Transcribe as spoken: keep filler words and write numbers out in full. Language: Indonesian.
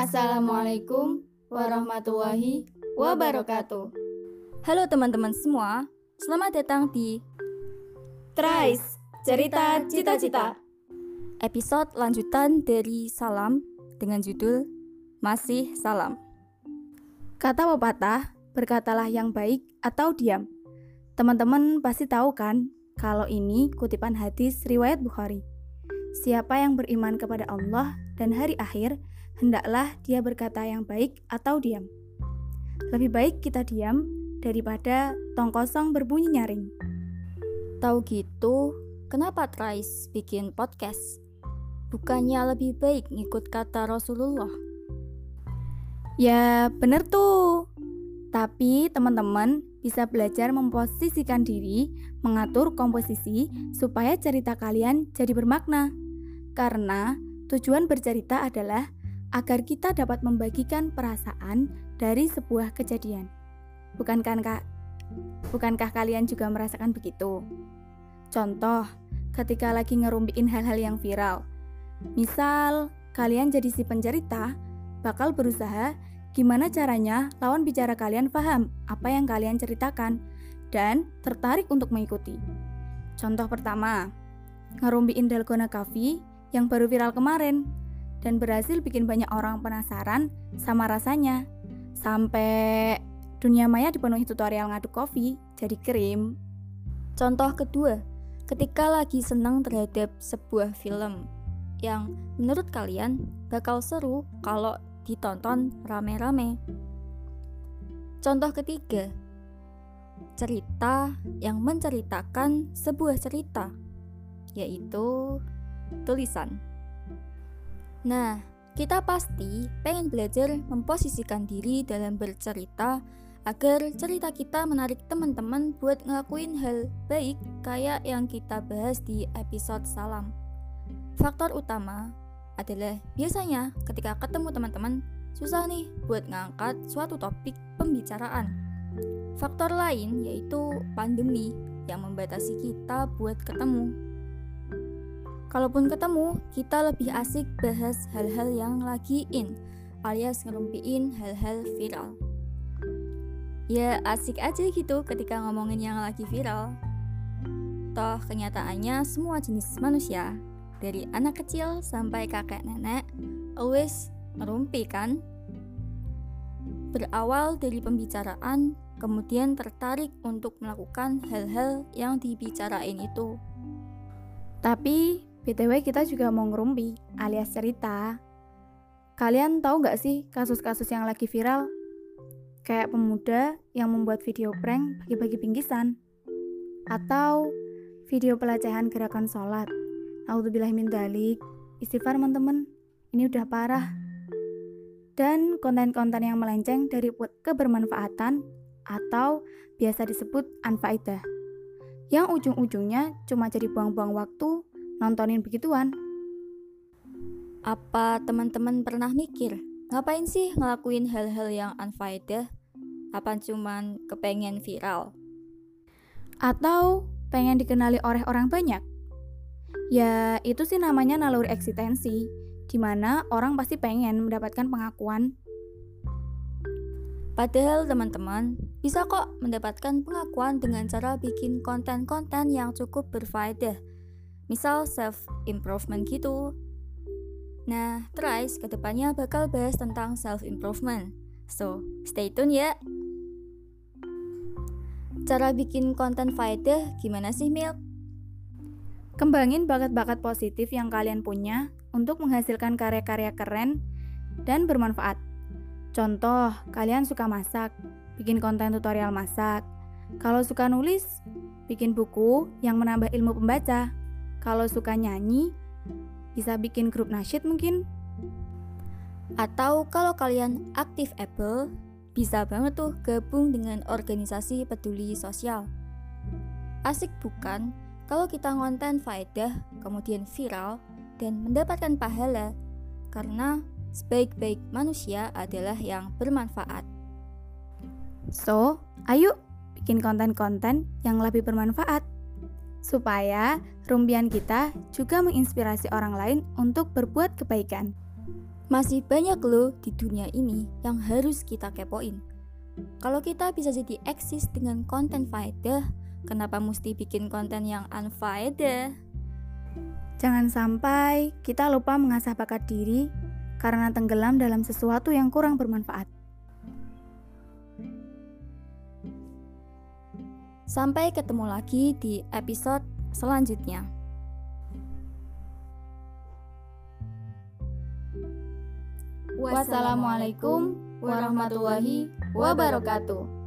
Assalamualaikum warahmatullahi wabarakatuh. Halo teman-teman semua, selamat datang di Tries, cerita cita-cita. Episode lanjutan dari Salam dengan judul Masih Salam. Kata pepatah, berkatalah yang baik atau diam. Teman-teman pasti tahu kan, kalau ini kutipan hadis riwayat Bukhari. Siapa yang beriman kepada Allah dan hari akhir, hendaklah dia berkata yang baik atau diam. Lebih baik kita diam daripada tong kosong berbunyi nyaring. Tahu gitu, kenapa Tries bikin podcast? Bukannya lebih baik ngikut kata Rasulullah? Ya bener tuh. Tapi teman-teman bisa belajar memposisikan diri, mengatur komposisi supaya cerita kalian jadi bermakna. Karena tujuan bercerita adalah agar kita dapat membagikan perasaan dari sebuah kejadian. Bukankah, Kak? Bukankah kalian juga merasakan begitu? Contoh, ketika lagi ngerumpiin hal-hal yang viral. Misal, kalian jadi si pencerita, bakal berusaha gimana caranya lawan bicara kalian paham apa yang kalian ceritakan dan tertarik untuk mengikuti. Contoh pertama, ngerumpiin dalgona coffee yang baru viral kemarin dan berhasil bikin banyak orang penasaran sama rasanya. Sampai dunia maya dipenuhi tutorial ngaduk kopi jadi krim. Contoh kedua, ketika lagi senang terhadap sebuah film yang menurut kalian bakal seru kalau ditonton rame-rame. Contoh ketiga, cerita yang menceritakan sebuah cerita, yaitu tulisan. Nah, kita pasti pengen belajar memposisikan diri dalam bercerita agar cerita kita menarik teman-teman buat ngelakuin hal baik kayak yang kita bahas di episode Salam. Faktor utama adalah biasanya ketika ketemu teman-teman susah nih buat ngangkat suatu topik pembicaraan. Faktor lain yaitu pandemi yang membatasi kita buat ketemu. Kalaupun ketemu, kita lebih asik bahas hal-hal yang lagi in, alias ngerumpiin hal-hal viral. Ya asik aja gitu ketika ngomongin yang lagi viral. Toh kenyataannya semua jenis manusia, dari anak kecil sampai kakek nenek, always ngerumpi kan? Berawal dari pembicaraan, kemudian tertarik untuk melakukan hal-hal yang dibicarain itu. Tapi B T W kita juga mau ngerumpi alias cerita. Kalian tahu gak sih kasus-kasus yang lagi viral? Kayak pemuda yang membuat video prank bagi-bagi bingkisan, atau video pelecehan gerakan sholat. Naudzubillah min dzalik. Istighfar teman-teman, ini udah parah. Dan konten-konten yang melenceng dari kebermanfaatan atau biasa disebut anfaedah, yang ujung-ujungnya cuma jadi buang-buang waktu nontonin begituan. Apa teman-teman pernah mikir, ngapain sih ngelakuin hal-hal yang unfaedah? Apa cuman kepengen viral? Atau pengen dikenali oleh orang banyak? Ya itu sih namanya naluri eksistensi, dimana orang pasti pengen mendapatkan pengakuan. Padahal teman-teman bisa kok mendapatkan pengakuan dengan cara bikin konten-konten yang cukup berfaedah. Misal self-improvement gitu. Nah, Tries kedepannya bakal bahas tentang self-improvement. So, stay tune ya. Cara bikin konten faedah gimana sih, Milk? Kembangin bakat-bakat positif yang kalian punya untuk menghasilkan karya-karya keren dan bermanfaat. Contoh, kalian suka masak, bikin konten tutorial masak. Kalau suka nulis, bikin buku yang menambah ilmu pembaca. Kalau suka nyanyi, bisa bikin grup nasyid mungkin. Atau kalau kalian aktif able, bisa banget tuh gabung dengan organisasi peduli sosial. Asik bukan kalau kita ngonten faedah, kemudian viral, dan mendapatkan pahala, karena sebaik-baik manusia adalah yang bermanfaat. So, ayo bikin konten-konten yang lebih bermanfaat, supaya rumpian kita juga menginspirasi orang lain untuk berbuat kebaikan. Masih banyak loh di dunia ini yang harus kita kepoin. Kalau kita bisa jadi eksis dengan konten faedah, kenapa mesti bikin konten yang unfaedah? Jangan sampai kita lupa mengasah bakat diri karena tenggelam dalam sesuatu yang kurang bermanfaat. Sampai ketemu lagi di episode selanjutnya. Wassalamualaikum warahmatullahi wabarakatuh.